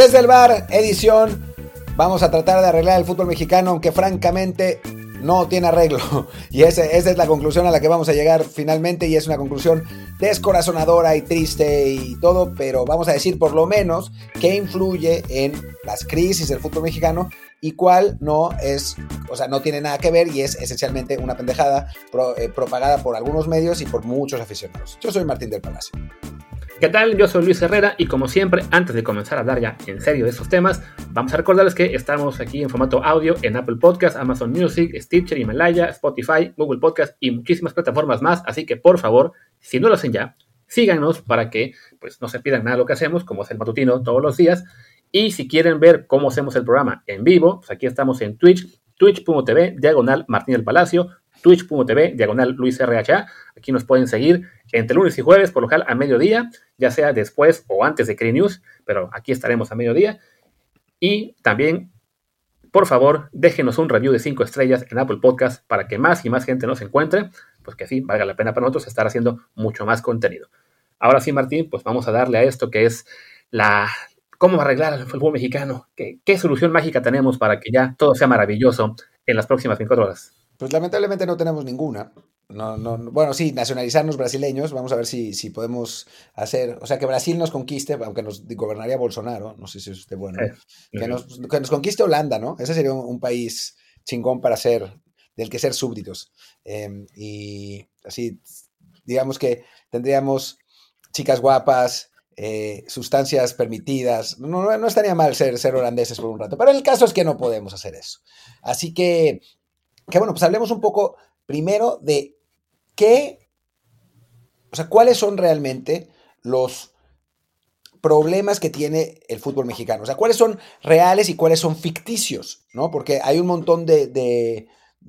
Desde el bar, edición. Vamos a tratar de arreglar el fútbol mexicano, aunque francamente no tiene arreglo. Y esa es la conclusión a la que vamos a llegar finalmente, y es una conclusión descorazonadora y triste y todo, pero vamos a decir por lo menos qué influye en las crisis del fútbol mexicano y cuál no es, o sea, no tiene nada que ver y es esencialmente una pendejada propagada por algunos medios y por muchos aficionados. Yo soy Martín del Palacio. ¿Qué tal? Yo soy Luis Herrera y como siempre, antes de comenzar a hablar ya en serio de estos temas, vamos a recordarles que estamos aquí en formato audio en Apple Podcast, Amazon Music, Stitcher, Himalaya, Spotify, Google Podcast y muchísimas plataformas más, así que por favor, si no lo hacen ya, síganos para que pues, no se pierdan nada de lo que hacemos, como es el matutino todos los días, y si quieren ver cómo hacemos el programa en vivo, pues aquí estamos en Twitch, twitch.tv/Martín del Palacio, twitch.tv/Luis RHA. Aquí nos pueden seguir entre lunes y jueves, por lo general a mediodía, ya sea después o antes de Cree News, pero aquí estaremos a mediodía. Y también, por favor, déjenos un review de 5 estrellas en Apple Podcast para que más y más gente nos encuentre, pues que así valga la pena para nosotros estar haciendo mucho más contenido. Ahora sí, Martín, pues vamos a darle a esto que es cómo arreglar el fútbol mexicano. ¿Qué solución mágica tenemos para que ya todo sea maravilloso en las próximas 24 horas? Pues lamentablemente no tenemos ninguna. Bueno, sí, nacionalizarnos brasileños, vamos a ver si podemos hacer, o sea, que Brasil nos conquiste, aunque nos gobernaría Bolsonaro, no sé si es usted bueno, que nos conquiste Holanda, ¿no? Ese sería un país chingón del que ser súbditos. Y así, digamos que tendríamos chicas guapas, sustancias permitidas, no estaría mal ser holandeses por un rato, pero el caso es que no podemos hacer eso. Así que bueno, pues hablemos un poco primero de cuáles son realmente los problemas que tiene el fútbol mexicano. O sea, cuáles son reales y cuáles son ficticios, ¿no? Porque hay un montón de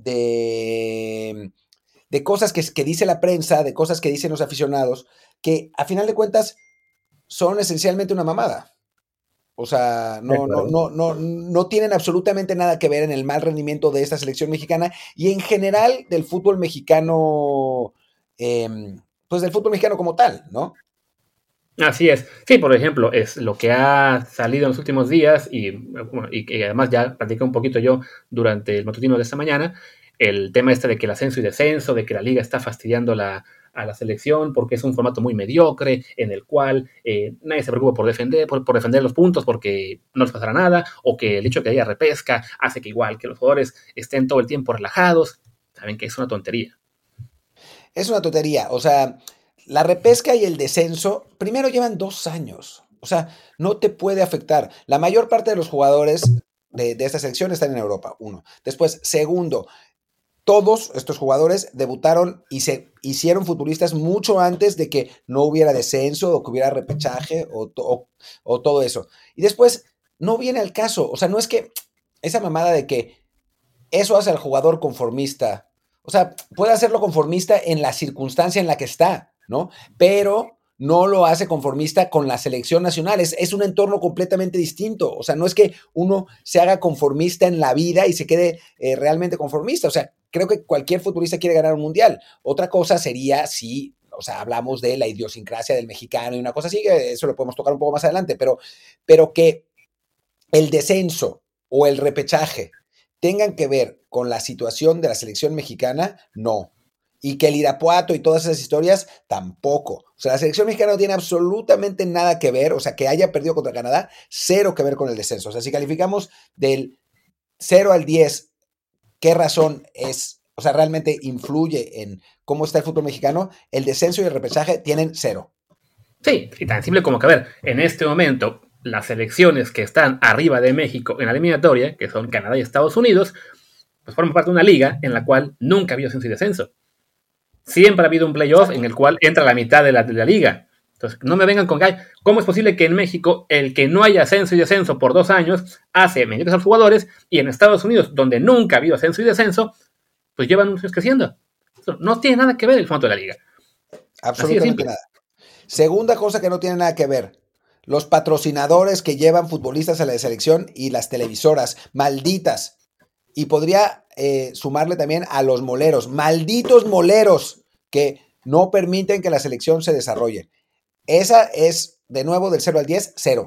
cosas que dice la prensa, de cosas que dicen los aficionados, que a final de cuentas son esencialmente una mamada. O sea, no tienen absolutamente nada que ver en el mal rendimiento de esta selección mexicana y en general del fútbol mexicano, pues del fútbol mexicano como tal, ¿no? Así es. Sí, por ejemplo, es lo que ha salido en los últimos días y que además ya platiqué un poquito yo durante el matutino de esta mañana, el tema de que el ascenso y descenso, de que la liga está fastidiando a la selección porque es un formato muy mediocre en el cual nadie se preocupa por defender los puntos porque no les pasará nada, o que el hecho de que haya repesca hace que igual que los jugadores estén todo el tiempo relajados. Saben que es una tontería. Es una tontería, o sea, la repesca y el descenso primero llevan 2 años, o sea, no te puede afectar. La mayor parte de los jugadores de esta selección están en Europa, uno. Después, segundo, todos estos jugadores debutaron y se hicieron futbolistas mucho antes de que no hubiera descenso o que hubiera repechaje o todo eso. Y después, no viene al caso. O sea, no es que esa mamada de que eso hace al jugador conformista. O sea, puede hacerlo conformista en la circunstancia en la que está, ¿no? Pero no lo hace conformista con la selección nacional. Es un entorno completamente distinto. O sea, no es que uno se haga conformista en la vida y se quede realmente conformista. O sea, creo que cualquier futbolista quiere ganar un mundial. Otra cosa sería si, o sea, hablamos de la idiosincrasia del mexicano y una cosa así, que eso lo podemos tocar un poco más adelante, pero que el descenso o el repechaje tengan que ver con la situación de la selección mexicana, no. Y que el Irapuato y todas esas historias, tampoco. O sea, la selección mexicana no tiene absolutamente nada que ver, o sea, que haya perdido contra Canadá, cero que ver con el descenso. O sea, si calificamos del 0 al 10, ¿qué razón es? O sea, realmente influye en cómo está el fútbol mexicano, el descenso y el repechaje tienen 0. Sí, y tan simple como que, a ver, en este momento, las selecciones que están arriba de México en la eliminatoria, que son Canadá y Estados Unidos, pues forman parte de una liga en la cual nunca ha habido ascenso y descenso. Siempre ha habido un playoff en el cual entra la mitad de la liga. Entonces, no me vengan con ¿cómo es posible que en México el que no haya ascenso y descenso por 2 años hace mediocres a los jugadores y en Estados Unidos, donde nunca ha habido ascenso y descenso, pues llevan unos años creciendo? Eso no tiene nada que ver el formato de la liga. Absolutamente nada. Segunda cosa que no tiene nada que ver, los patrocinadores que llevan futbolistas a la selección y las televisoras, malditas. Y podría sumarle también a los moleros, malditos moleros, que no permiten que la selección se desarrolle. Esa es, de nuevo, del 0 al 10, 0.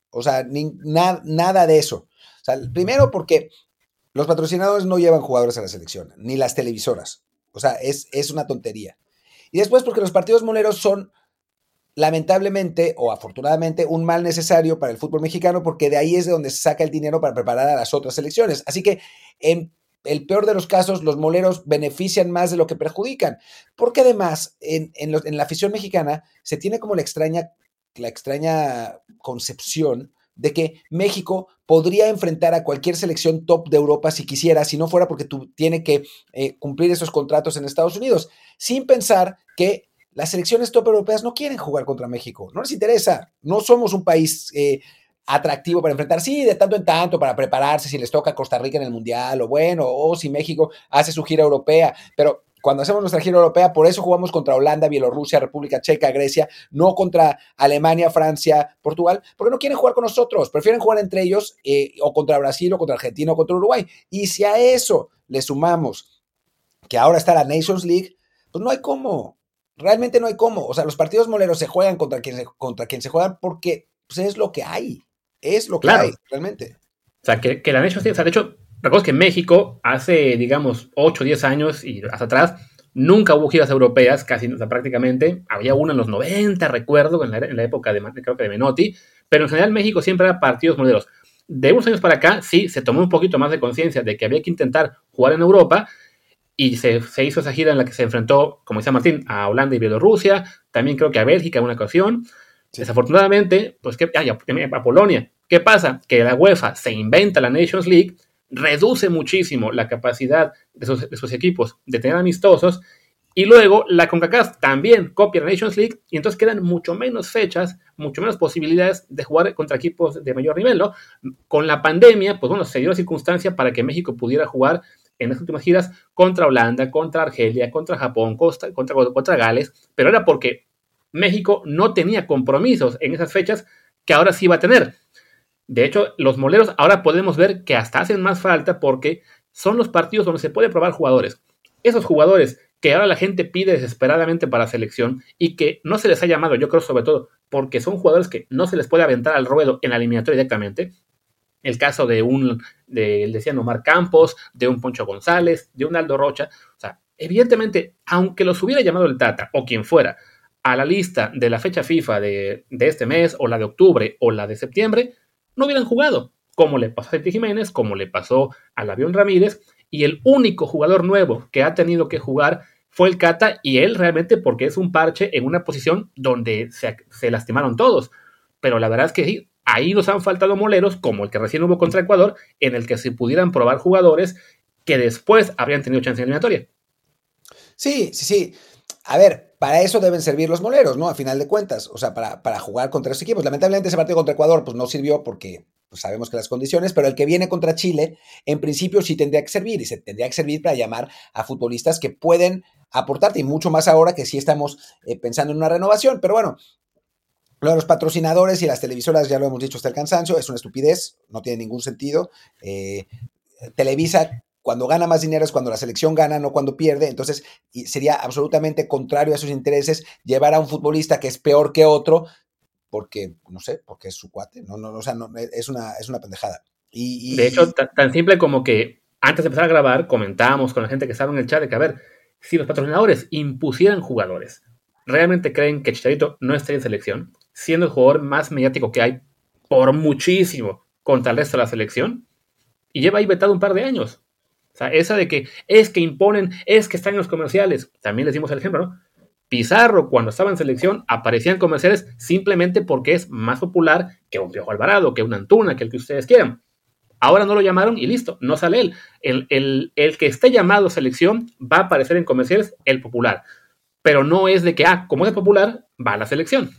O sea, nada de eso. O sea, primero porque los patrocinadores no llevan jugadores a la selección, ni las televisoras. O sea, es una tontería. Y después porque los partidos moleros son, lamentablemente o afortunadamente, un mal necesario para el fútbol mexicano, porque de ahí es de donde se saca el dinero para preparar a las otras selecciones. Así que en el peor de los casos, los moleros benefician más de lo que perjudican, porque además en la afición mexicana se tiene como la extraña concepción de que México podría enfrentar a cualquier selección top de Europa si quisiera, si no fuera porque tiene que cumplir esos contratos en Estados Unidos, sin pensar que las selecciones top europeas no quieren jugar contra México, no les interesa, no somos un país atractivo para enfrentar, sí, de tanto en tanto para prepararse si les toca Costa Rica en el Mundial, o bueno, o si México hace su gira europea, pero cuando hacemos nuestra gira europea, por eso jugamos contra Holanda, Bielorrusia, República Checa, Grecia, no contra Alemania, Francia, Portugal, porque no quieren jugar con nosotros, prefieren jugar entre ellos o contra Brasil, o contra Argentina, o contra Uruguay. Y si a eso le sumamos que ahora está la Nations League, pues no hay cómo, realmente no hay cómo. O sea, los partidos moleros se juegan contra quien se juegan porque pues, es lo que hay, Claro. realmente. O sea, que la Nations League, o sea, de hecho, recuerdo que en México hace, digamos, 8 o 10 años y hasta atrás, nunca hubo giras europeas, casi, o sea, prácticamente. Había una en los 90, recuerdo, en la época creo que de Menotti, pero en general México siempre era partidos moleros. De unos años para acá, sí, se tomó un poquito más de conciencia de que había que intentar jugar en Europa, y se hizo esa gira en la que se enfrentó, como decía Martín, a Holanda y Bielorrusia, también creo que a Bélgica en una ocasión. Sí. Desafortunadamente, pues a Polonia. ¿Qué pasa? Que la UEFA se inventa la Nations League, reduce muchísimo la capacidad de sus equipos de tener amistosos, y luego la CONCACAF también copia la Nations League, y entonces quedan mucho menos fechas, mucho menos posibilidades de jugar contra equipos de mayor nivel, ¿no? Con la pandemia, pues bueno, se dio la circunstancia para que México pudiera jugar en las últimas giras contra Holanda, contra Argelia, contra Japón, contra Gales, pero era porque México no tenía compromisos en esas fechas que ahora sí va a tener. De hecho, los moleros ahora podemos ver que hasta hacen más falta porque son los partidos donde se puede probar jugadores. Esos jugadores que ahora la gente pide desesperadamente para selección y que no se les ha llamado, yo creo sobre todo porque son jugadores que no se les puede aventar al ruedo en la eliminatoria directamente. El caso decían Omar Campos, de un Poncho González, de un Aldo Rocha. O sea, evidentemente, aunque los hubiera llamado el Tata o quien fuera a la lista de la fecha FIFA de este mes, o la de octubre, o la de septiembre, no hubieran jugado, como le pasó a Titi Jiménez, como le pasó al Avión Ramírez, y el único jugador nuevo que ha tenido que jugar fue el Cata, y él realmente porque es un parche en una posición donde se lastimaron todos. Pero la verdad es que sí, ahí nos han faltado moleros, como el que recién hubo contra Ecuador, en el que se pudieran probar jugadores que después habrían tenido chance en eliminatoria. Sí. A ver, para eso deben servir los moleros, ¿no? A final de cuentas, o sea, para jugar contra esos equipos. Lamentablemente ese partido contra Ecuador pues no sirvió porque pues, sabemos que las condiciones, pero el que viene contra Chile, en principio sí tendría que servir, y se tendría que servir para llamar a futbolistas que pueden aportarte, y mucho más ahora que sí estamos pensando en una renovación. Pero bueno, lo de los patrocinadores y las televisoras, ya lo hemos dicho hasta el cansancio, es una estupidez, no tiene ningún sentido. Televisa, cuando gana más dinero es cuando la selección gana, no cuando pierde. Entonces sería absolutamente contrario a sus intereses llevar a un futbolista que es peor que otro porque, no sé, porque es su cuate. O sea, es una pendejada. De hecho, tan simple como que antes de empezar a grabar comentábamos con la gente que estaba en el chat de que, a ver, si los patrocinadores impusieran jugadores, ¿realmente creen que Chicharito no estaría en selección, siendo el jugador más mediático que hay por muchísimo contra el resto de la selección? Y lleva ahí vetado un par de años. O sea, esa de que es que imponen, es que están en los comerciales. También les dimos el ejemplo, ¿no? Pizarro, cuando estaba en selección, aparecía en comerciales simplemente porque es más popular que un Piojo Alvarado, que un Antuna, que el que ustedes quieran. Ahora no lo llamaron y listo, no sale él. El que esté llamado a selección va a aparecer en comerciales, el popular. Pero no es de que, como es popular, va a la selección.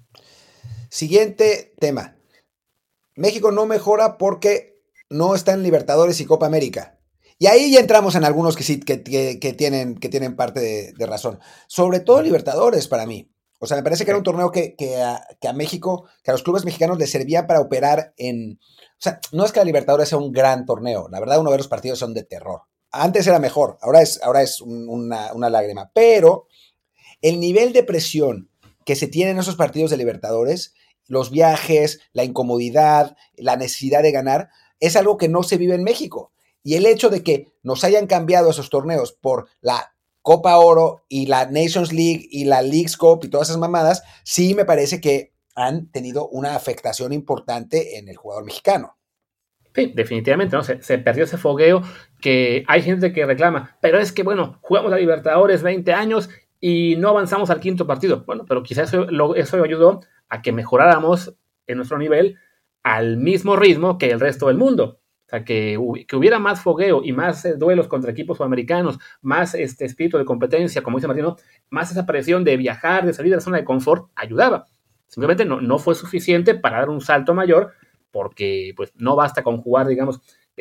Siguiente tema. México no mejora porque no está en Libertadores y Copa América. Y ahí ya entramos en algunos que sí, que tienen parte de razón. Sobre todo Libertadores para mí. O sea, me parece que era un torneo que a México, que a los clubes mexicanos les servía para operar en... O sea, no es que la Libertadores sea un gran torneo. La verdad, uno de los partidos son de terror. Antes era mejor, ahora es una lágrima. Pero el nivel de presión que se tiene en esos partidos de Libertadores los viajes, la incomodidad, la necesidad de ganar, es algo que no se vive en México. Y el hecho de que nos hayan cambiado esos torneos por la Copa Oro y la Nations League y la Leagues Cup y todas esas mamadas, sí me parece que han tenido una afectación importante en el jugador mexicano. Sí, definitivamente, ¿no? Se perdió ese fogueo que hay gente que reclama, pero es que, bueno, jugamos a Libertadores 20 años y no avanzamos al quinto partido. Bueno, pero quizás eso ayudó a que mejoráramos en nuestro nivel al mismo ritmo que el resto del mundo. O sea, que hubiera más fogueo y más duelos contra equipos sudamericanos, más espíritu de competencia, como dice Martino, más esa presión de viajar, de salir de la zona de confort, ayudaba. Simplemente no fue suficiente para dar un salto mayor, porque pues no basta con jugar, digamos,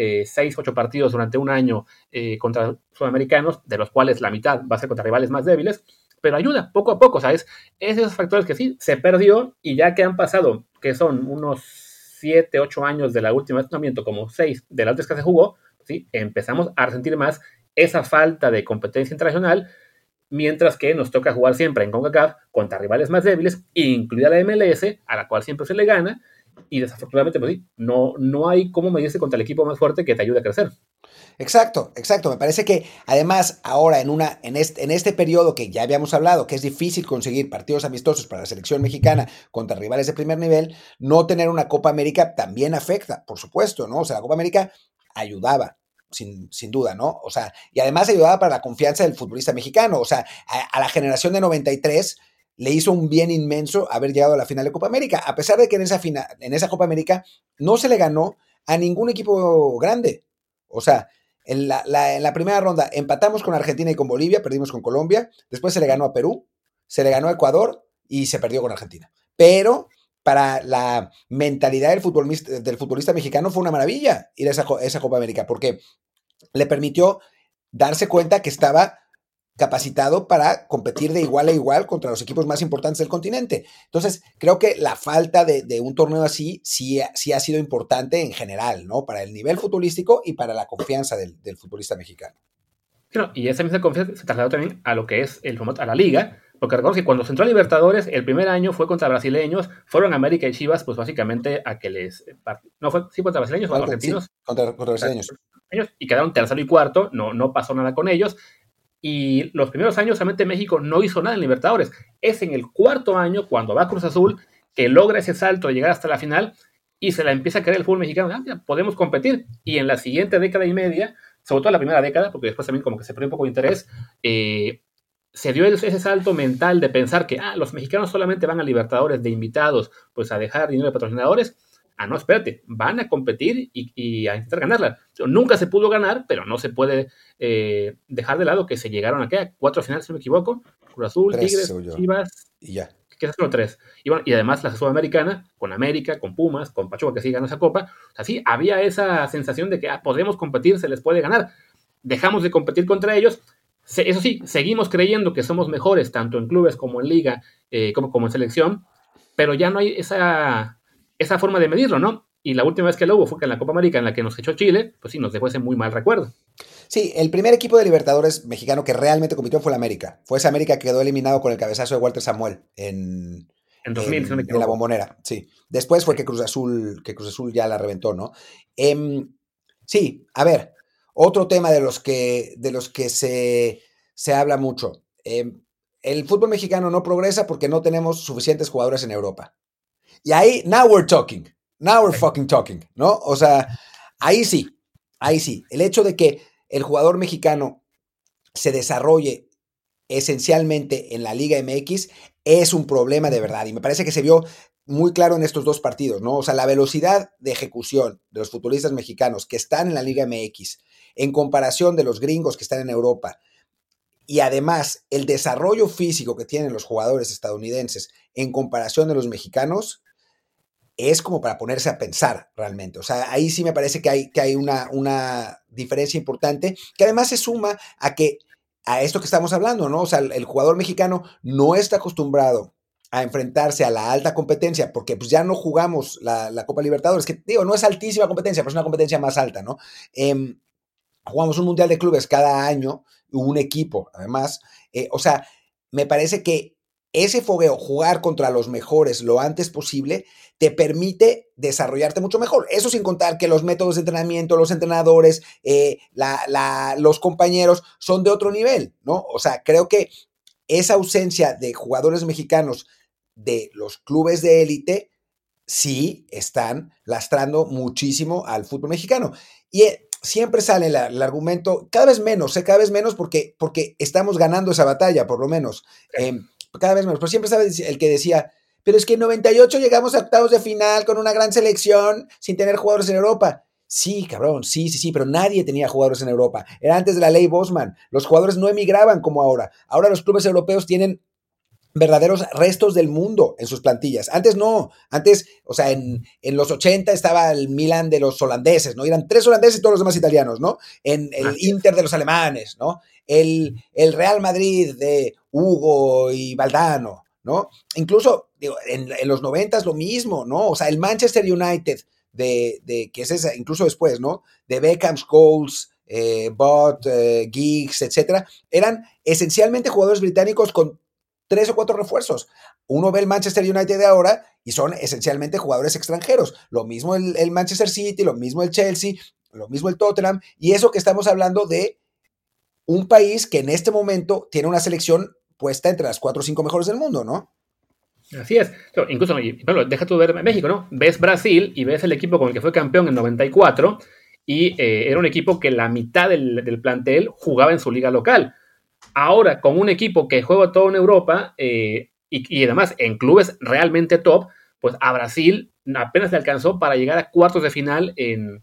6, 8 partidos durante un año contra sudamericanos, de los cuales la mitad va a ser contra rivales más débiles, pero ayuda poco a poco, ¿sabes? Es esos factores que sí, se perdió y ya que han pasado, que son unos 7, 8 años de la última entrenamiento, como 6 de la última que se jugó, ¿sí? Empezamos a sentir más esa falta de competencia internacional, mientras que nos toca jugar siempre en CONCACAF contra rivales más débiles, incluida la MLS, a la cual siempre se le gana, y desafortunadamente, pues sí, no hay cómo medirse contra el equipo más fuerte que te ayude a crecer. Exacto, exacto. Me parece que además ahora en este periodo que ya habíamos hablado, que es difícil conseguir partidos amistosos para la selección mexicana contra rivales de primer nivel, no tener una Copa América también afecta, por supuesto, ¿no? O sea, la Copa América ayudaba, sin duda, ¿no? O sea, y además ayudaba para la confianza del futbolista mexicano. O sea, a la generación de 93 le hizo un bien inmenso haber llegado a la final de Copa América, a pesar de que en esa Copa América no se le ganó a ningún equipo grande. O sea, en la primera ronda empatamos con Argentina y con Bolivia, perdimos con Colombia, después se le ganó a Perú, se le ganó a Ecuador y se perdió con Argentina. Pero para la mentalidad del futbolista mexicano fue una maravilla ir a esa Copa América, porque le permitió darse cuenta que estaba capacitado para competir de igual a igual contra los equipos más importantes del continente. Entonces, creo que la falta de un torneo así sí ha sido importante en general, ¿no? Para el nivel futbolístico y para la confianza del futbolista mexicano. Claro, y esa misma confianza se trasladó también a lo que es el formato, a la liga, porque recuerdo que cuando se entró a Libertadores, el primer año fue contra brasileños, fueron América y Chivas, pues básicamente a que les... No, fue sí contra brasileños o argentinos. Sí, contra brasileños. Y quedaron tercero y cuarto, no pasó nada con ellos. Y los primeros años realmente México no hizo nada en Libertadores. Es en el cuarto año, cuando va Cruz Azul, que logra ese salto de llegar hasta la final y se la empieza a creer el fútbol mexicano. Ya, podemos competir. Y en la siguiente década y media, sobre todo la primera década, porque después también como que se perdió un poco de interés, se dio ese salto mental de pensar que los mexicanos solamente van a Libertadores de invitados, pues a dejar dinero de patrocinadores. No, espérate, van a competir y a intentar ganarla. Nunca se pudo ganar, pero no se puede dejar de lado que se llegaron a 4 finales, si no me equivoco. Cruz Azul, 3, Tigres, Chivas. Y ya. Quizás solo 3. Y, bueno, y además la Sudamericana, con América, con Pumas, con Pachuca, que sí ganó esa copa. O sea, sí, había esa sensación de que podemos competir, se les puede ganar. Dejamos de competir contra ellos. Eso sí, seguimos creyendo que somos mejores, tanto en clubes como en liga, como en selección, pero ya no hay esa forma de medirlo, ¿no? Y la última vez que lo hubo fue que en la Copa América en la que nos echó Chile, pues sí, nos dejó ese muy mal recuerdo. Sí, el primer equipo de Libertadores mexicano que realmente compitió fue el América. Fue ese América que quedó eliminado con el cabezazo de Walter Samuel en 2000, si no me equivoco. En la Bombonera, sí. Después fue que Cruz Azul ya la reventó, ¿no? Sí, a ver, otro tema de los que se habla mucho. El fútbol mexicano no progresa porque no tenemos suficientes jugadores en Europa. Y ahí, now we're talking. Now we're fucking talking, ¿no? O sea, ahí sí. El hecho de que el jugador mexicano se desarrolle esencialmente en la Liga MX es un problema de verdad. Y me parece que se vio muy claro en estos dos partidos, ¿no? O sea, la velocidad de ejecución de los futbolistas mexicanos que están en la Liga MX en comparación de los gringos que están en Europa, y además el desarrollo físico que tienen los jugadores estadounidenses en comparación de los mexicanos, es como para ponerse a pensar realmente. O sea, ahí sí me parece que hay una diferencia importante, que además se suma a esto que estamos hablando, ¿no? O sea, el jugador mexicano no está acostumbrado a enfrentarse a la alta competencia, porque pues ya no jugamos la Copa Libertadores, que digo, no es altísima competencia, pero es una competencia más alta, ¿no? Jugamos un Mundial de Clubes cada año, un equipo, además. O sea, me parece que ese fogueo, jugar contra los mejores lo antes posible, te permite desarrollarte mucho mejor. Eso sin contar que los métodos de entrenamiento, los entrenadores, los compañeros son de otro nivel, ¿no? O sea, creo que esa ausencia de jugadores mexicanos de los clubes de élite sí están lastrando muchísimo al fútbol mexicano. Y siempre sale el argumento, cada vez menos porque estamos ganando esa batalla, por lo menos. Cada vez menos, pero siempre sabe el que decía, pero es que en 98 llegamos a octavos de final con una gran selección sin tener jugadores en Europa. Sí, cabrón, sí, pero nadie tenía jugadores en Europa. Era antes de la ley Bosman. Los jugadores no emigraban como ahora. Ahora los clubes europeos tienen verdaderos restos del mundo en sus plantillas. Antes no, o sea, en los 80 estaba el Milan de los holandeses, ¿no? Eran 3 holandeses y todos los demás italianos, ¿no? En el Inter de los alemanes, ¿no? El Real Madrid de Hugo y Valdano, ¿no? Incluso, digo, en los 90 lo mismo, ¿no? O sea, el Manchester United que es esa, incluso después, ¿no? De Beckham, Scholes, Bott, Giggs, etcétera, eran esencialmente jugadores británicos con 3 o 4 refuerzos. Uno ve el Manchester United de ahora y son esencialmente jugadores extranjeros. Lo mismo el Manchester City, lo mismo el Chelsea, lo mismo el Tottenham. Y eso que estamos hablando de un país que en este momento tiene una selección puesta entre las 4 o 5 mejores del mundo, ¿no? Así es. Incluso, bueno, deja tú ver México, ¿no? Ves Brasil y ves el equipo con el que fue campeón en 94 y era un equipo que la mitad del plantel jugaba en su liga local. Ahora, con un equipo que juega todo en Europa y además en clubes realmente top, pues a Brasil apenas le alcanzó para llegar a cuartos de final en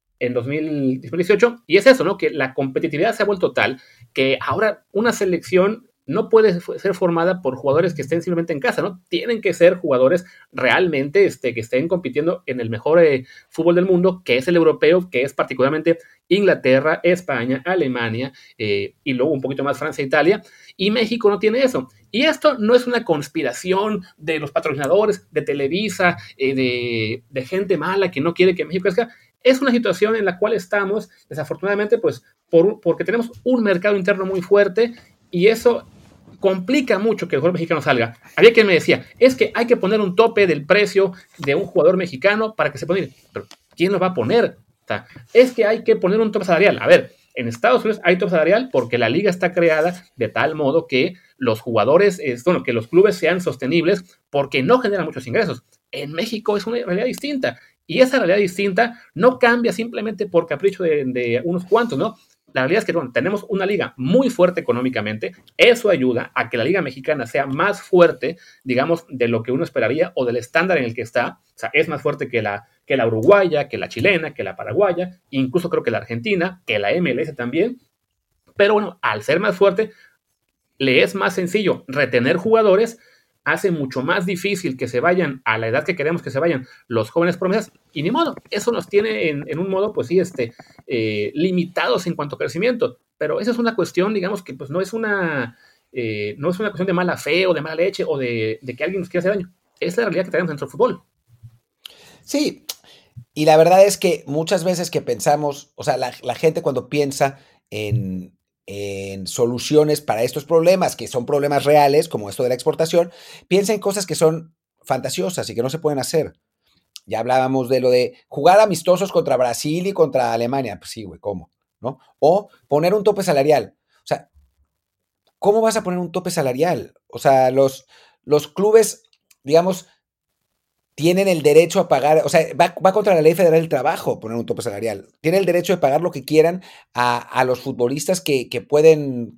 2018. Y es eso, ¿no? Que la competitividad se ha vuelto tal que ahora una selección no puede ser formada por jugadores que estén simplemente en casa, ¿no? Tienen que ser jugadores realmente que estén compitiendo en el mejor fútbol del mundo, que es el europeo, que es particularmente Inglaterra, España, Alemania, y luego un poquito más Francia e Italia, y México no tiene eso. Y esto no es una conspiración de los patrocinadores, de Televisa, de gente mala que no quiere que México crezca. Es una situación en la cual estamos, desafortunadamente, pues porque tenemos un mercado interno muy fuerte y eso complica mucho que el jugador mexicano salga. Había quien me decía, es que hay que poner un tope del precio de un jugador mexicano para que se pueda ir. Pero ¿quién lo va a poner? O sea, es que hay que poner un tope salarial. A ver, en Estados Unidos hay tope salarial porque la liga está creada de tal modo que los jugadores, que los clubes sean sostenibles porque no generan muchos ingresos. En México es una realidad distinta. Y esa realidad distinta no cambia simplemente por capricho de unos cuantos, ¿no? La realidad es que bueno, tenemos una liga muy fuerte económicamente. Eso ayuda a que la liga mexicana sea más fuerte, digamos, de lo que uno esperaría o del estándar en el que está. O sea, es más fuerte que la uruguaya, que la chilena, que la paraguaya, incluso creo que la argentina, que la MLS también. Pero bueno, al ser más fuerte, le es más sencillo retener jugadores, hace mucho más difícil que se vayan a la edad que queremos que se vayan los jóvenes promesas, y ni modo, eso nos tiene en un modo, pues sí, limitados en cuanto a crecimiento, pero esa es una cuestión, digamos, que pues no es una cuestión de mala fe o de mala leche o de que alguien nos quiera hacer daño, es la realidad que tenemos dentro del fútbol. Sí, y la verdad es que muchas veces que pensamos, o sea, la gente cuando piensa en soluciones para estos problemas, que son problemas reales, como esto de la exportación, piensa en cosas que son fantasiosas y que no se pueden hacer. Ya hablábamos de lo de jugar amistosos contra Brasil y contra Alemania. Pues sí, güey, ¿cómo? ¿No? O poner un tope salarial. O sea, ¿cómo vas a poner un tope salarial? O sea, los clubes, digamos, tienen el derecho a pagar, o sea, va contra la ley federal del trabajo poner un tope salarial. Tienen el derecho de pagar lo que quieran a los futbolistas que pueden,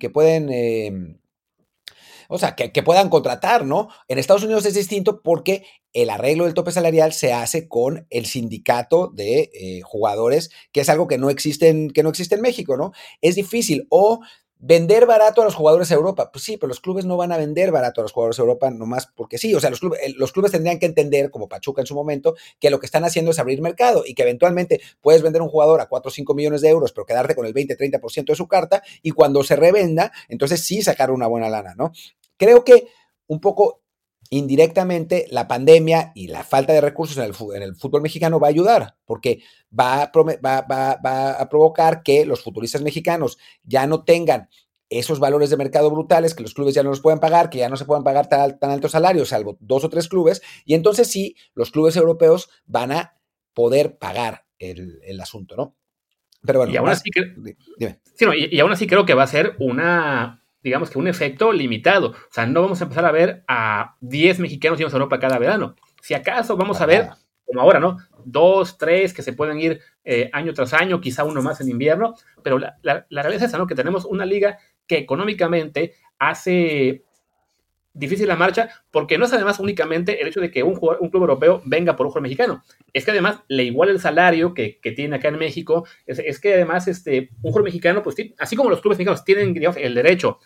o sea, que puedan contratar, ¿no? En Estados Unidos es distinto porque el arreglo del tope salarial se hace con el sindicato de jugadores, que es algo que no existe en México, ¿no? Es difícil. O vender barato a los jugadores a Europa. Pues sí, pero los clubes no van a vender barato a los jugadores a Europa nomás porque sí. O sea, los clubes tendrían que entender, como Pachuca en su momento, que lo que están haciendo es abrir mercado y que eventualmente puedes vender un jugador a 4 o 5 millones de euros, pero quedarte con el 20-30% de su carta y cuando se revenda, entonces sí sacar una buena lana, ¿no? Creo que un poco indirectamente la pandemia y la falta de recursos en el fútbol mexicano va a ayudar, porque va a provocar que los futbolistas mexicanos ya no tengan esos valores de mercado brutales que los clubes ya no los pueden pagar, que ya no se puedan pagar tan altos salarios, salvo 2 o 3 clubes, y entonces sí, los clubes europeos van a poder pagar el asunto, ¿no? Pero bueno, Y aún así, dime. Sí, no, y aún así creo que va a ser digamos que un efecto limitado. O sea, no vamos a empezar a ver a 10 mexicanos yendo a Europa cada verano. Si acaso vamos a ver, como ahora, ¿no? 2, 3 que se pueden ir año tras año, quizá uno más en invierno, pero la realidad es esa, ¿no? Que tenemos una liga que económicamente hace difícil la marcha, porque no es además únicamente el hecho de que un club europeo venga por un jugador mexicano, es que además le iguala el salario que tiene acá en México, es que además un jugador mexicano, pues así como los clubes mexicanos tienen, digamos, el derecho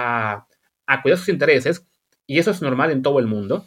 a cuidar sus intereses, y eso es normal en todo el mundo,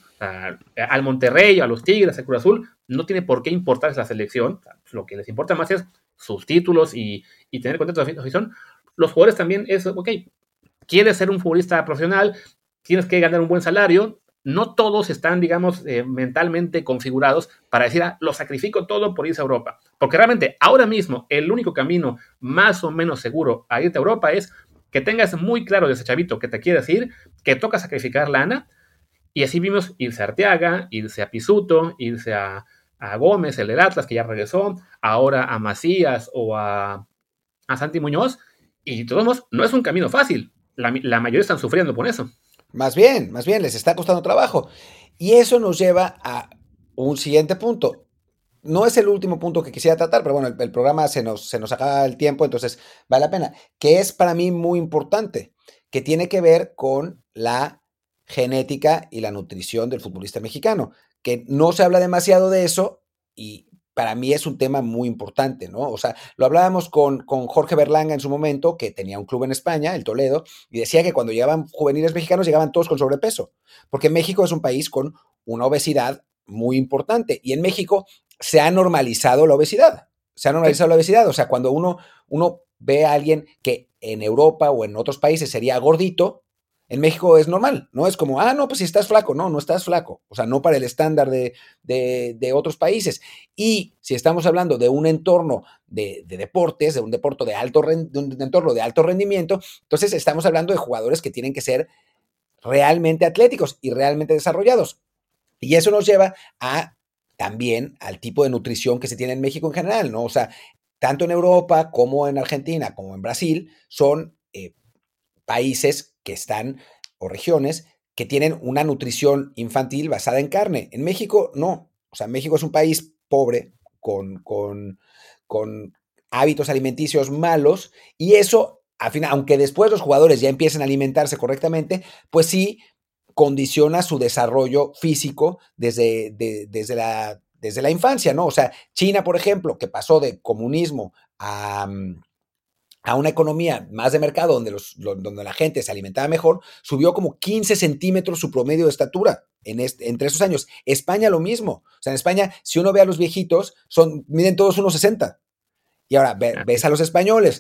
al Monterrey, a los Tigres, al Cruz Azul, no tiene por qué importarles la selección, lo que les importa más es sus títulos y tener contacto de afición. Los jugadores también es, ok, quieres ser un futbolista profesional, tienes que ganar un buen salario. No todos están, digamos, mentalmente configurados para decir, lo sacrifico todo por irse a Europa. Porque realmente, ahora mismo, el único camino más o menos seguro a irte a Europa es que tengas muy claro de ese chavito que te quieres ir, que toca sacrificar lana, y así vimos irse a Arteaga, irse a Pisuto, irse a Gómez, el del Atlas, que ya regresó, ahora a Macías o a Santi Muñoz, y de todos modos, no es un camino fácil. La mayoría están sufriendo por eso. Más bien, les está costando trabajo. Y eso nos lleva a un siguiente punto. No es el último punto que quisiera tratar, pero bueno, el programa se nos acaba el tiempo, entonces vale la pena. Que es para mí muy importante, que tiene que ver con la genética y la nutrición del futbolista mexicano, que no se habla demasiado de eso y para mí es un tema muy importante, ¿no? O sea, lo hablábamos con Jorge Berlanga en su momento, que tenía un club en España, el Toledo, y decía que cuando llegaban juveniles mexicanos llegaban todos con sobrepeso, porque México es un país con una obesidad muy importante, y en México se ha normalizado la obesidad, o sea, cuando uno ve a alguien que en Europa o en otros países sería gordito, en México es normal, ¿no? Es como, no, pues si estás flaco, no estás flaco, o sea, no para el estándar de otros países. Y si estamos hablando de un entorno de deportes, de un deporte de un entorno de alto rendimiento, entonces estamos hablando de jugadores que tienen que ser realmente atléticos y realmente desarrollados. Y eso nos lleva también al tipo de nutrición que se tiene en México en general, ¿no? O sea, tanto en Europa como en Argentina, como en Brasil, son países que están, o regiones, que tienen una nutrición infantil basada en carne. En México, no. O sea, México es un país pobre, con hábitos alimenticios malos, y eso, al final, aunque después los jugadores ya empiecen a alimentarse correctamente, pues sí condiciona su desarrollo físico desde la infancia, ¿no? O sea, China, por ejemplo, que pasó de comunismo a una economía más de mercado donde la gente se alimentaba mejor, subió como 15 centímetros su promedio de estatura entre esos años. España lo mismo. O sea, en España, si uno ve a los viejitos, miden todos 1,60. Y ahora ves a los españoles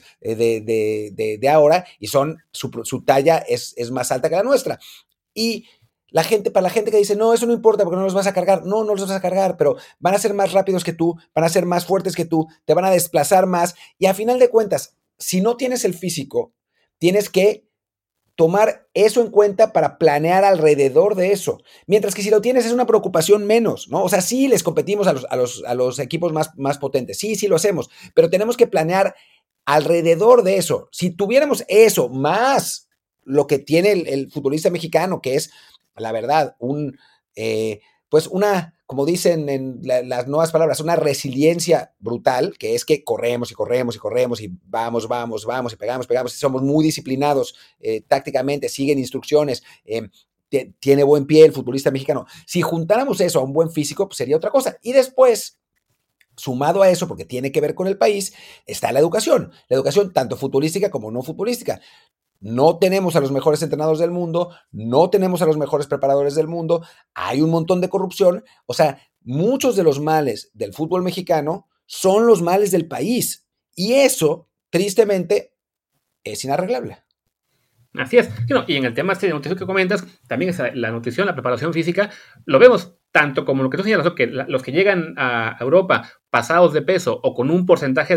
de ahora y su talla es más alta que la nuestra. Y para la gente que dice, no, eso no importa porque no los vas a cargar. No los vas a cargar, pero van a ser más rápidos que tú, van a ser más fuertes que tú, te van a desplazar más. Y a final de cuentas, si no tienes el físico, tienes que tomar eso en cuenta para planear alrededor de eso. Mientras que si lo tienes es una preocupación menos, ¿no? O sea, sí les competimos a los equipos más potentes, sí lo hacemos, pero tenemos que planear alrededor de eso. Si tuviéramos eso más lo que tiene el futbolista mexicano, que es, la verdad, pues como dicen en las nuevas palabras, una resiliencia brutal, que es que corremos y corremos y corremos y vamos y pegamos, y somos muy disciplinados tácticamente, siguen instrucciones, tiene buen pie el futbolista mexicano. Si juntáramos eso a un buen físico, pues sería otra cosa. Y después, sumado a eso, porque tiene que ver con el país, está la educación tanto futbolística como no futbolística. No tenemos a los mejores entrenados del mundo, no tenemos a los mejores preparadores del mundo, hay un montón de corrupción, o sea, muchos de los males del fútbol mexicano son los males del país, y eso, tristemente, es inarreglable. Así es. Y en el tema de nutrición que comentas, también es la nutrición, la preparación física, lo vemos tanto como lo que tú señalas, que los que llegan a Europa pasados de peso o con un porcentaje de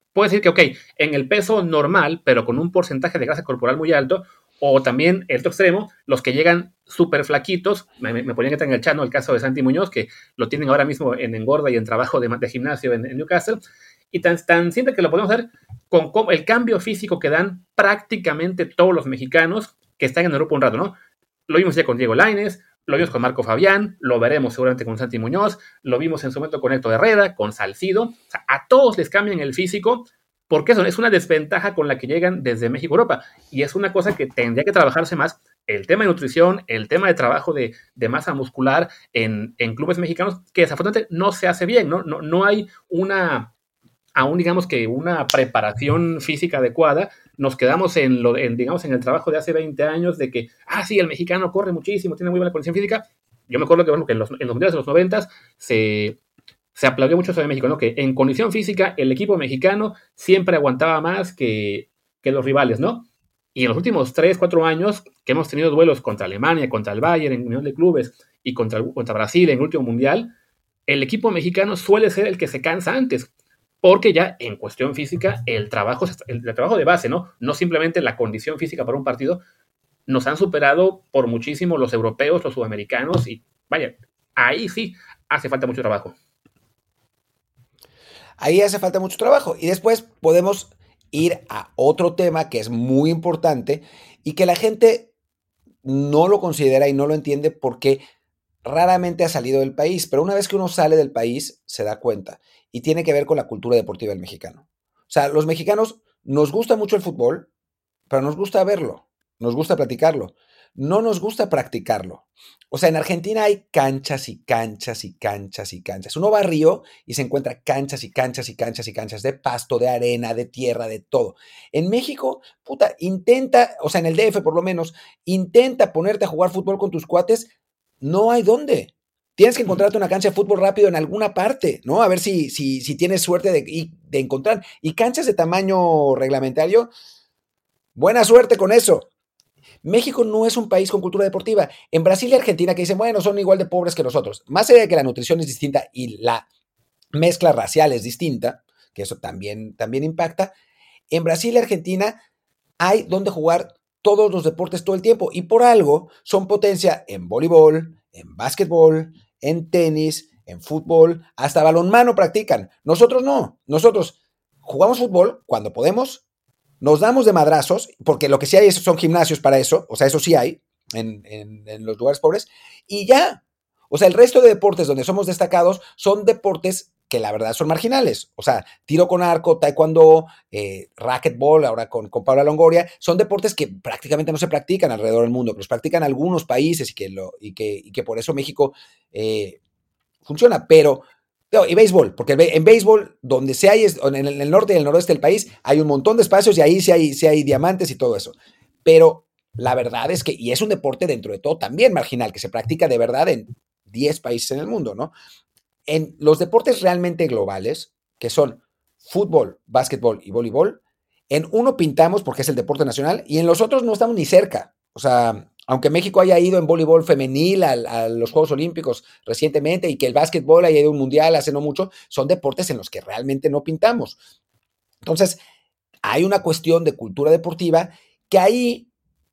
puedes decir que, ok, en el peso normal, pero con un porcentaje de grasa corporal muy alto, o también el otro extremo, los que llegan súper flaquitos, me ponían que estar en el chano el caso de Santi Muñoz, que lo tienen ahora mismo en engorda y en trabajo de gimnasio en Newcastle, y tan simple que lo podemos hacer con el cambio físico que dan prácticamente todos los mexicanos que están en Europa un rato, ¿no? Lo vimos ya con Diego Lainez, lo vimos con Marco Fabián, lo veremos seguramente con Santi Muñoz, lo vimos en su momento con Héctor Herrera, con Salcido. O sea, a todos les cambian el físico porque eso es una desventaja con la que llegan desde México a Europa. Y es una cosa que tendría que trabajarse más. El tema de nutrición, el tema de trabajo de masa muscular en clubes mexicanos, que desafortunadamente no se hace bien, ¿no? No hay aún digamos que una preparación física adecuada, nos quedamos digamos, en el trabajo de hace 20 años de que, sí, el mexicano corre muchísimo, tiene muy buena condición física. Yo me acuerdo que, bueno, que en los mundiales de los 90 se aplaudió mucho eso de México, ¿no? Que en condición física el equipo mexicano siempre aguantaba más que los rivales, ¿no? Y en los últimos 3, 4 años que hemos tenido duelos contra Alemania, contra el Bayern en Unión de Clubes y contra Brasil en el último mundial, el equipo mexicano suele ser el que se cansa antes. Porque ya en cuestión física, el trabajo de base, ¿no? No simplemente la condición física para un partido, nos han superado por muchísimo los europeos, los sudamericanos, y vaya, ahí sí hace falta mucho trabajo. Ahí hace falta mucho trabajo. Y después podemos ir a otro tema que es muy importante y que la gente no lo considera y no lo entiende porque raramente ha salido del país, pero una vez que uno sale del país se da cuenta y tiene que ver con la cultura deportiva del mexicano. O sea, los mexicanos nos gusta mucho el fútbol, pero nos gusta verlo, nos gusta platicarlo, no nos gusta practicarlo. O sea, en Argentina hay canchas y canchas y canchas y canchas. Uno va a Río y se encuentra canchas y canchas y canchas y canchas de pasto, de arena, de tierra, de todo. En México, intenta, o sea, en el DF por lo menos, intenta ponerte a jugar fútbol con tus cuates. No hay dónde. Tienes que encontrarte una cancha de fútbol rápido en alguna parte, ¿no? A ver si tienes suerte de encontrar. Y canchas de tamaño reglamentario, buena suerte con eso. México no es un país con cultura deportiva. En Brasil y Argentina, que dicen, bueno, son igual de pobres que nosotros. Más allá de que la nutrición es distinta y la mezcla racial es distinta, que eso también impacta, en Brasil y Argentina hay donde jugar todos los deportes todo el tiempo y por algo son potencia en voleibol, en básquetbol, en tenis, en fútbol, hasta balonmano practican. Nosotros no. Nosotros jugamos fútbol cuando podemos, nos damos de madrazos, porque lo que sí hay son gimnasios para eso, o sea, eso sí hay en los lugares pobres, y ya. O sea, el resto de deportes donde somos destacados son deportes que la verdad son marginales. O sea, tiro con arco, taekwondo, racquetball, ahora con Paula Longoria, son deportes que prácticamente no se practican alrededor del mundo, que los practican algunos países y que por eso México funciona. Pero, y béisbol, porque en béisbol, donde se hay, en el norte y el noroeste del país, hay un montón de espacios y ahí sí hay diamantes y todo eso. Pero la verdad es que, y es un deporte dentro de todo también marginal, que se practica de verdad en 10 países en el mundo, ¿no? En los deportes realmente globales, que son fútbol, básquetbol y voleibol, en uno pintamos porque es el deporte nacional y en los otros no estamos ni cerca. O sea, aunque México haya ido en voleibol femenil a los Juegos Olímpicos recientemente y que el básquetbol haya ido a un mundial hace no mucho, son deportes en los que realmente no pintamos. Entonces, hay una cuestión de cultura deportiva que ahí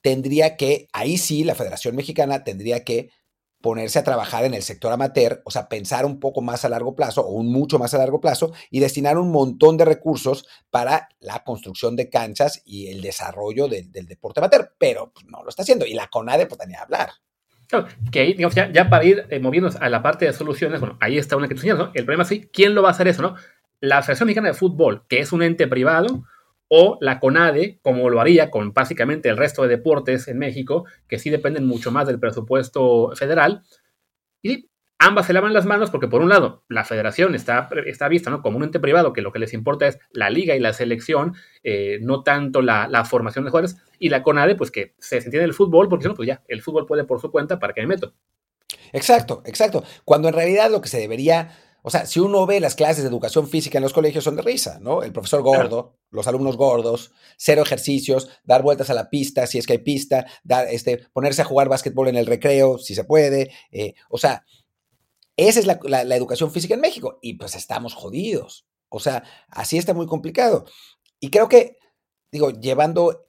sí la Federación Mexicana tendría que ponerse a trabajar en el sector amateur, o sea, pensar un poco más a largo plazo o mucho más a largo plazo y destinar un montón de recursos para la construcción de canchas y el desarrollo del deporte amateur, pero pues, no lo está haciendo y la CONADE pues tenía que hablar. Claro, que ahí, digamos, ya para ir moviéndonos a la parte de soluciones, bueno, ahí está una que tú señalas, ¿no? El problema es sí, ¿quién lo va a hacer eso, no? La Federación Mexicana de Fútbol, que es un ente privado, o la CONADE, como lo haría con básicamente el resto de deportes en México, que sí dependen mucho más del presupuesto federal, y ambas se lavan las manos porque, por un lado, la federación está vista, ¿no?, como un ente privado, que lo que les importa es la liga y la selección, no tanto la formación de jugadores, y la CONADE, pues que se entiende el fútbol, porque si no, pues ya, el fútbol puede por su cuenta, ¿para qué me meto? Exacto. Cuando en realidad lo que se debería... O sea, si uno ve las clases de educación física en los colegios son de risa, ¿no? El profesor gordo, los alumnos gordos, 0 ejercicios, dar vueltas a la pista si es que hay pista, ponerse a jugar básquetbol en el recreo si se puede. O sea, esa es la educación física en México y pues estamos jodidos. O sea, así está muy complicado. Y creo que, digo, llevando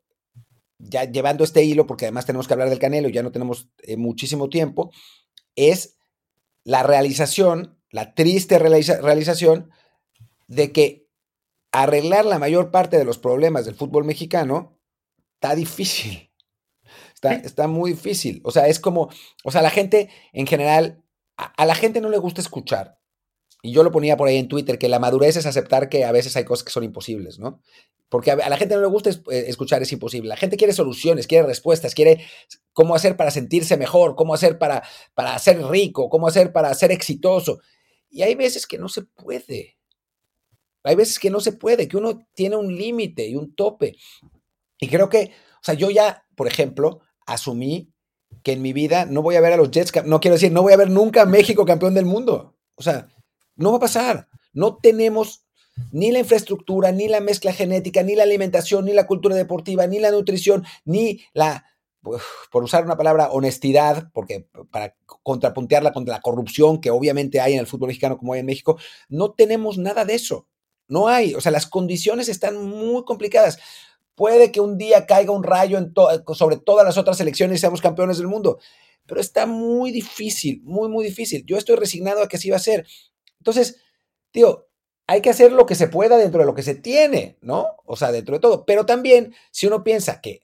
este hilo, porque además tenemos que hablar del Canelo y ya no tenemos muchísimo tiempo, es la realización, la triste realización de que arreglar la mayor parte de los problemas del fútbol mexicano está difícil. Está muy difícil. O sea, es como, o sea, la gente en general, a la gente no le gusta escuchar. Y yo lo ponía por ahí en Twitter, que la madurez es aceptar que a veces hay cosas que son imposibles, ¿no? Porque a la gente no le gusta escuchar es imposible. La gente quiere soluciones, quiere respuestas, quiere cómo hacer para sentirse mejor, cómo hacer para ser rico, cómo hacer para ser exitoso. Y hay veces que no se puede. Hay veces que no se puede, que uno tiene un límite y un tope. Y creo que, o sea, yo ya, por ejemplo, asumí que en mi vida no voy a ver a los Jets, no quiero decir, no voy a ver nunca a México campeón del mundo. O sea, no va a pasar. No tenemos ni la infraestructura, ni la mezcla genética, ni la alimentación, ni la cultura deportiva, ni la nutrición, ni la, por usar una palabra, honestidad, porque para contrapuntearla contra la corrupción que obviamente hay en el fútbol mexicano como hay en México, no tenemos nada de eso. No hay, o sea, las condiciones están muy complicadas. Puede que un día caiga un rayo sobre todas las otras selecciones y seamos campeones del mundo, pero está muy difícil, muy, muy difícil. Yo estoy resignado a que así va a ser. Entonces, tío, hay que hacer lo que se pueda dentro de lo que se tiene, ¿no? O sea, dentro de todo. Pero también, si uno piensa que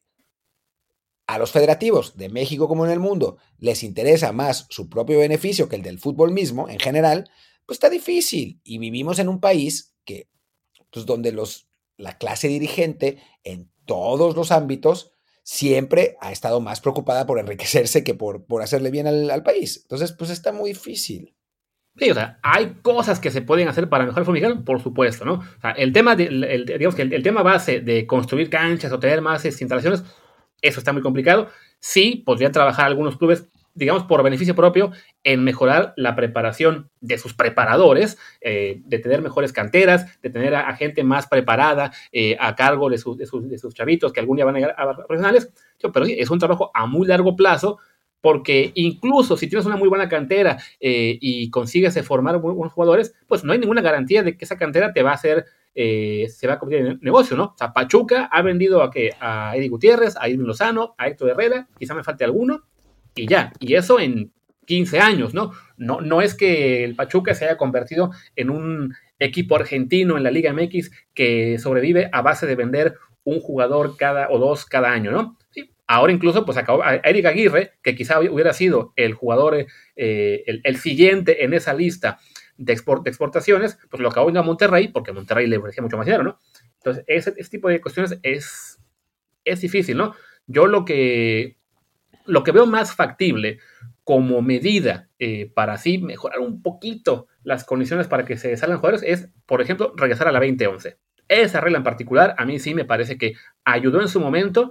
a los federativos de México como en el mundo les interesa más su propio beneficio que el del fútbol mismo, en general, pues está difícil. Y vivimos en un país que, pues donde la clase dirigente en todos los ámbitos siempre ha estado más preocupada por enriquecerse que por hacerle bien al país. Entonces, pues está muy difícil. Sí, o sea, hay cosas que se pueden hacer para mejorar el fútbol mexicano, por supuesto, ¿no? O sea, el tema, digamos que el tema base de construir canchas o tener más instalaciones, eso está muy complicado. Sí, podrían trabajar algunos clubes, digamos, por beneficio propio, en mejorar la preparación de sus preparadores, de tener mejores canteras, de tener a gente más preparada a cargo de sus chavitos que algún día van a llegar a profesionales. Pero sí, es un trabajo a muy largo plazo, porque incluso si tienes una muy buena cantera y consigues formar buenos jugadores, pues no hay ninguna garantía de que esa cantera te va a hacer, se va a convertir en negocio, ¿no? O sea, Pachuca ha vendido a Eddie Gutiérrez, a Irving Lozano, a Héctor Herrera, quizá me falte alguno, y ya, y eso en 15 años, ¿no? No es que el Pachuca se haya convertido en un equipo argentino en la Liga MX que sobrevive a base de vender un jugador o dos cada año, ¿no? Sí, ahora incluso pues acabó a Eric Aguirre, que quizá hubiera sido el jugador, el siguiente en esa lista de exportaciones, pues lo acabó yendo a Monterrey, porque a Monterrey le ofrecía mucho más dinero, ¿no? Entonces, ese tipo de cuestiones es difícil, ¿no? Yo lo que veo más factible como medida para así mejorar un poquito las condiciones para que se salgan jugadores es, por ejemplo, regresar a la 2011. Esa regla en particular a mí sí me parece que ayudó en su momento,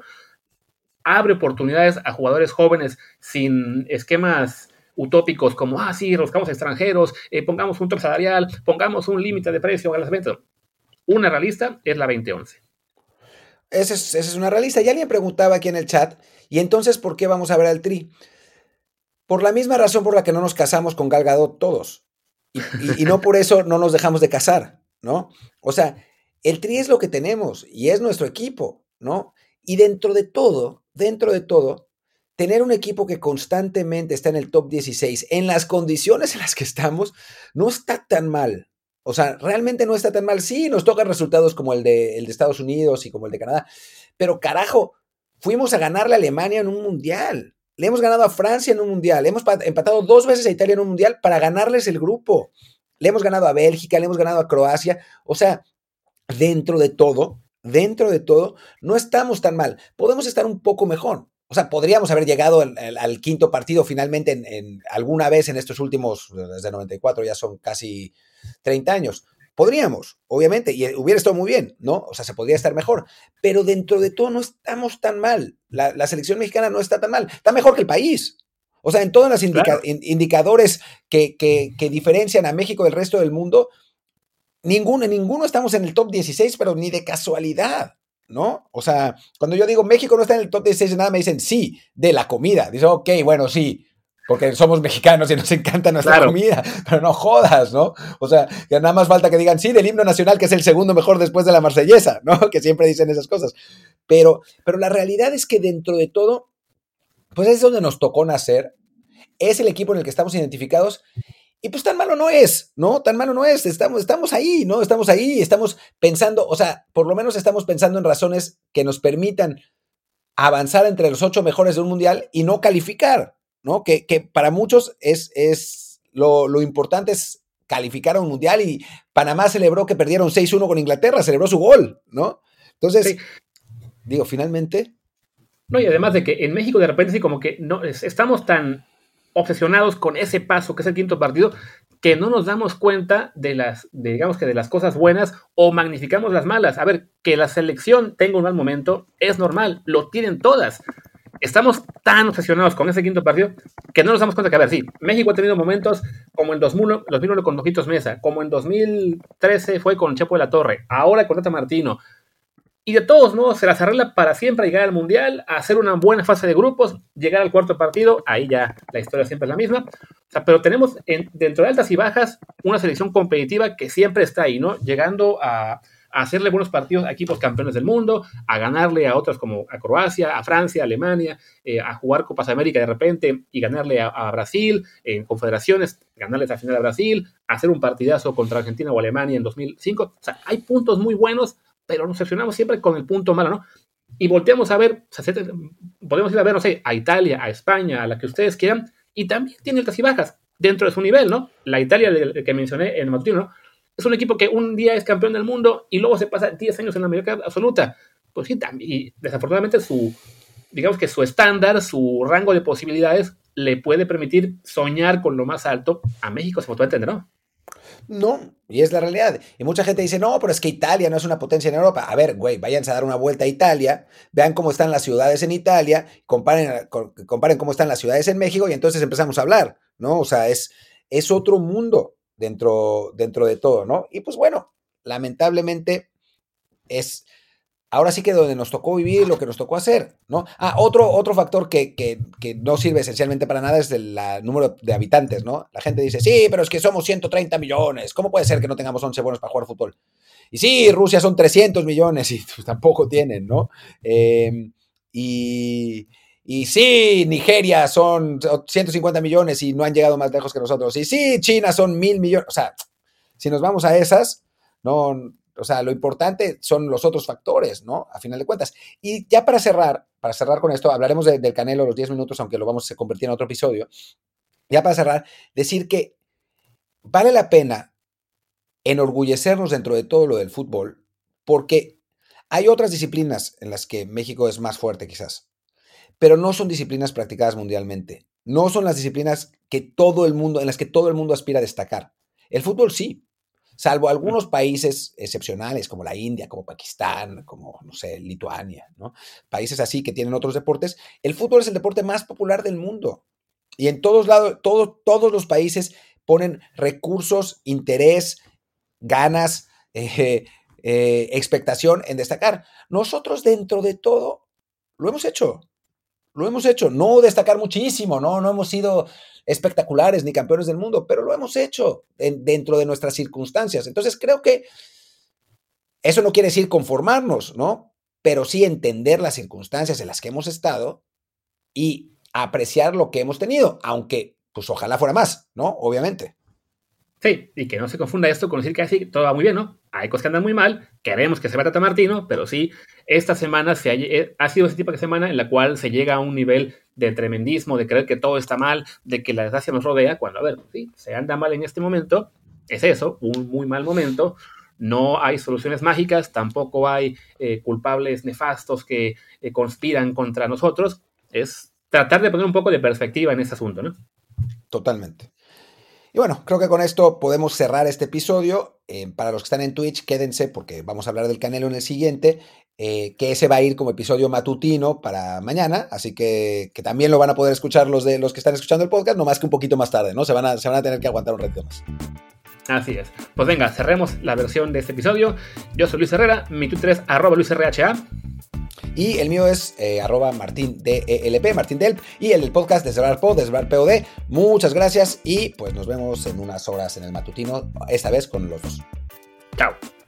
abre oportunidades a jugadores jóvenes sin esquemas utópicos como, sí, buscamos extranjeros, pongamos un top salarial, pongamos un límite de precio a las ventas. Una realista es la 2011. Esa es una realista. Y alguien preguntaba aquí en el chat, ¿y entonces por qué vamos a ver al Tri? Por la misma razón por la que no nos casamos con Gal Gadot todos. Y no por eso no nos dejamos de casar, ¿no? O sea, el Tri es lo que tenemos y es nuestro equipo, ¿no? Y dentro de todo, tener un equipo que constantemente está en el top 16, en las condiciones en las que estamos, no está tan mal. O sea, realmente no está tan mal. Sí, nos tocan resultados como el de Estados Unidos y como el de Canadá, pero carajo, fuimos a ganarle a Alemania en un mundial. Le hemos ganado a Francia en un mundial. Hemos empatado 2 veces a Italia en un mundial para ganarles el grupo. Le hemos ganado a Bélgica, le hemos ganado a Croacia. O sea, dentro de todo, no estamos tan mal. Podemos estar un poco mejor. O sea, podríamos haber llegado al quinto partido finalmente en alguna vez en estos últimos, desde 94 ya son casi 30 años. Podríamos, obviamente, y hubiera estado muy bien, ¿no? O sea, se podría estar mejor. Pero dentro de todo no estamos tan mal. La selección mexicana no está tan mal. Está mejor que el país. O sea, en todos los indicadores que diferencian a México del resto del mundo, ninguno estamos en el top 16, pero ni de casualidad, ¿no? O sea, cuando yo digo México no está en el top 16 de nada, me dicen sí, de la comida. Dicen, ok, bueno, sí. Porque somos mexicanos y nos encanta nuestra comida, pero no jodas, ¿no? O sea, que nada más falta que digan, sí, del himno nacional, que es el segundo mejor después de la marsellesa, ¿no? Que siempre dicen esas cosas. Pero la realidad es que dentro de todo, pues es donde nos tocó nacer, es el equipo en el que estamos identificados, y pues tan malo no es, ¿no? Tan malo no es, estamos ahí, ¿no? Estamos ahí, estamos pensando, o sea, por lo menos estamos pensando en razones que nos permitan avanzar entre los 8 mejores de un mundial y no calificar, ¿no? Que para muchos es lo importante es calificar a un mundial, y Panamá celebró que perdieron 6-1 con Inglaterra, celebró su gol, ¿no? Entonces, sí. Digo, finalmente... No, y además de que en México de repente sí como que no estamos tan obsesionados con ese paso que es el quinto partido, que no nos damos cuenta de las cosas buenas o magnificamos las malas. A ver, que la selección tenga un mal momento es normal, lo tienen todas. Estamos tan obsesionados con ese quinto partido que no nos damos cuenta que, a ver, sí, México ha tenido momentos como en 2001 con Ojitos Mesa, como en 2013 fue con Chepo de la Torre, ahora con Tata Martino. Y de todos modos se las arregla para siempre llegar al Mundial, a hacer una buena fase de grupos, llegar al cuarto partido, ahí ya la historia siempre es la misma. O sea, pero tenemos dentro de altas y bajas una selección competitiva que siempre está ahí, ¿no? Llegando a hacerle buenos partidos a equipos campeones del mundo, a ganarle a otros como a Croacia, a Francia, a Alemania, a jugar Copas América de repente y ganarle a Brasil en confederaciones, ganarles a final a Brasil, hacer un partidazo contra Argentina o Alemania en 2005. O sea, hay puntos muy buenos, pero nos obsesionamos siempre con el punto malo, ¿no? Y volteamos a ver, o sea, podemos ir a ver, no sé, a Italia, a España, a la que ustedes quieran, y también tiene altas y bajas dentro de su nivel, ¿no? La Italia que mencioné en el matutino, ¿no? Es un equipo que un día es campeón del mundo y luego se pasa 10 años en la mediocridad absoluta. Pues sí, y desafortunadamente digamos que su estándar, su rango de posibilidades le puede permitir soñar con lo más alto. A México se puede entender, ¿no? No, y es la realidad. Y mucha gente dice, no, pero es que Italia no es una potencia en Europa. A ver, güey, váyanse a dar una vuelta a Italia, vean cómo están las ciudades en Italia, comparen cómo están las ciudades en México, y entonces empezamos a hablar, ¿no? O sea, es otro mundo dentro de todo, ¿no? Y pues bueno, lamentablemente es... Ahora sí que donde nos tocó vivir, lo que nos tocó hacer, ¿no? Otro factor que no sirve esencialmente para nada es el número de habitantes, ¿no? La gente dice, sí, pero es que somos 130 millones. ¿Cómo puede ser que no tengamos 11 buenos para jugar fútbol? Y sí, Rusia son 300 millones y pues, tampoco tienen, ¿no? Y sí, Nigeria son 150 millones y no han llegado más lejos que nosotros. Y sí, China son 1,000 millones. O sea, si nos vamos a esas, no... O sea, lo importante son los otros factores, ¿no? A final de cuentas. Y ya para cerrar con esto, hablaremos del Canelo los 10 minutos, aunque lo vamos a convertir en otro episodio. Ya para cerrar, decir que vale la pena enorgullecernos dentro de todo lo del fútbol, porque hay otras disciplinas en las que México es más fuerte quizás, pero no son disciplinas practicadas mundialmente. No son las disciplinas en las que todo el mundo aspira a destacar. El fútbol sí. Salvo algunos países excepcionales como la India, como Pakistán, como, no sé, Lituania, ¿no? Países así que tienen otros deportes, el fútbol es el deporte más popular del mundo. Y en todos lados, todos los países ponen recursos, interés, ganas, expectación en destacar. Nosotros dentro de todo lo hemos hecho. No destacar muchísimo, no hemos sido espectaculares ni campeones del mundo, pero lo hemos hecho dentro de nuestras circunstancias. Entonces creo que eso no quiere decir conformarnos, ¿no? Pero sí entender las circunstancias en las que hemos estado y apreciar lo que hemos tenido, aunque pues ojalá fuera más, ¿no? Obviamente. Sí, y que no se confunda esto con decir que así todo va muy bien, ¿no? Hay cosas que andan muy mal, queremos que se vaya Tata Martino, pero sí, esta semana ha sido ese tipo de semana en la cual se llega a un nivel de tremendismo, de creer que todo está mal, de que la desgracia nos rodea, cuando, a ver, sí, se anda mal en este momento, es eso, un muy mal momento, no hay soluciones mágicas, tampoco hay culpables nefastos que conspiran contra nosotros, es tratar de poner un poco de perspectiva en este asunto, ¿no? Totalmente. Y bueno, creo que con esto podemos cerrar este episodio. Para los que están en Twitch, quédense porque vamos a hablar del Canelo en el siguiente, que ese va a ir como episodio matutino para mañana, así que también lo van a poder escuchar los que están escuchando el podcast, nomás que un poquito más tarde, ¿no? Se van a tener que aguantar un rato más. Así es. Pues venga, cerremos la versión de este episodio. Yo soy Luis Herrera, mi Twitter es @LuisRHA. y el mío es @martindelp, Martín Delp, y el podcast Desvelar Pod, Desvelar POD. Muchas gracias y pues nos vemos en unas horas en el matutino, esta vez con los dos. Chao.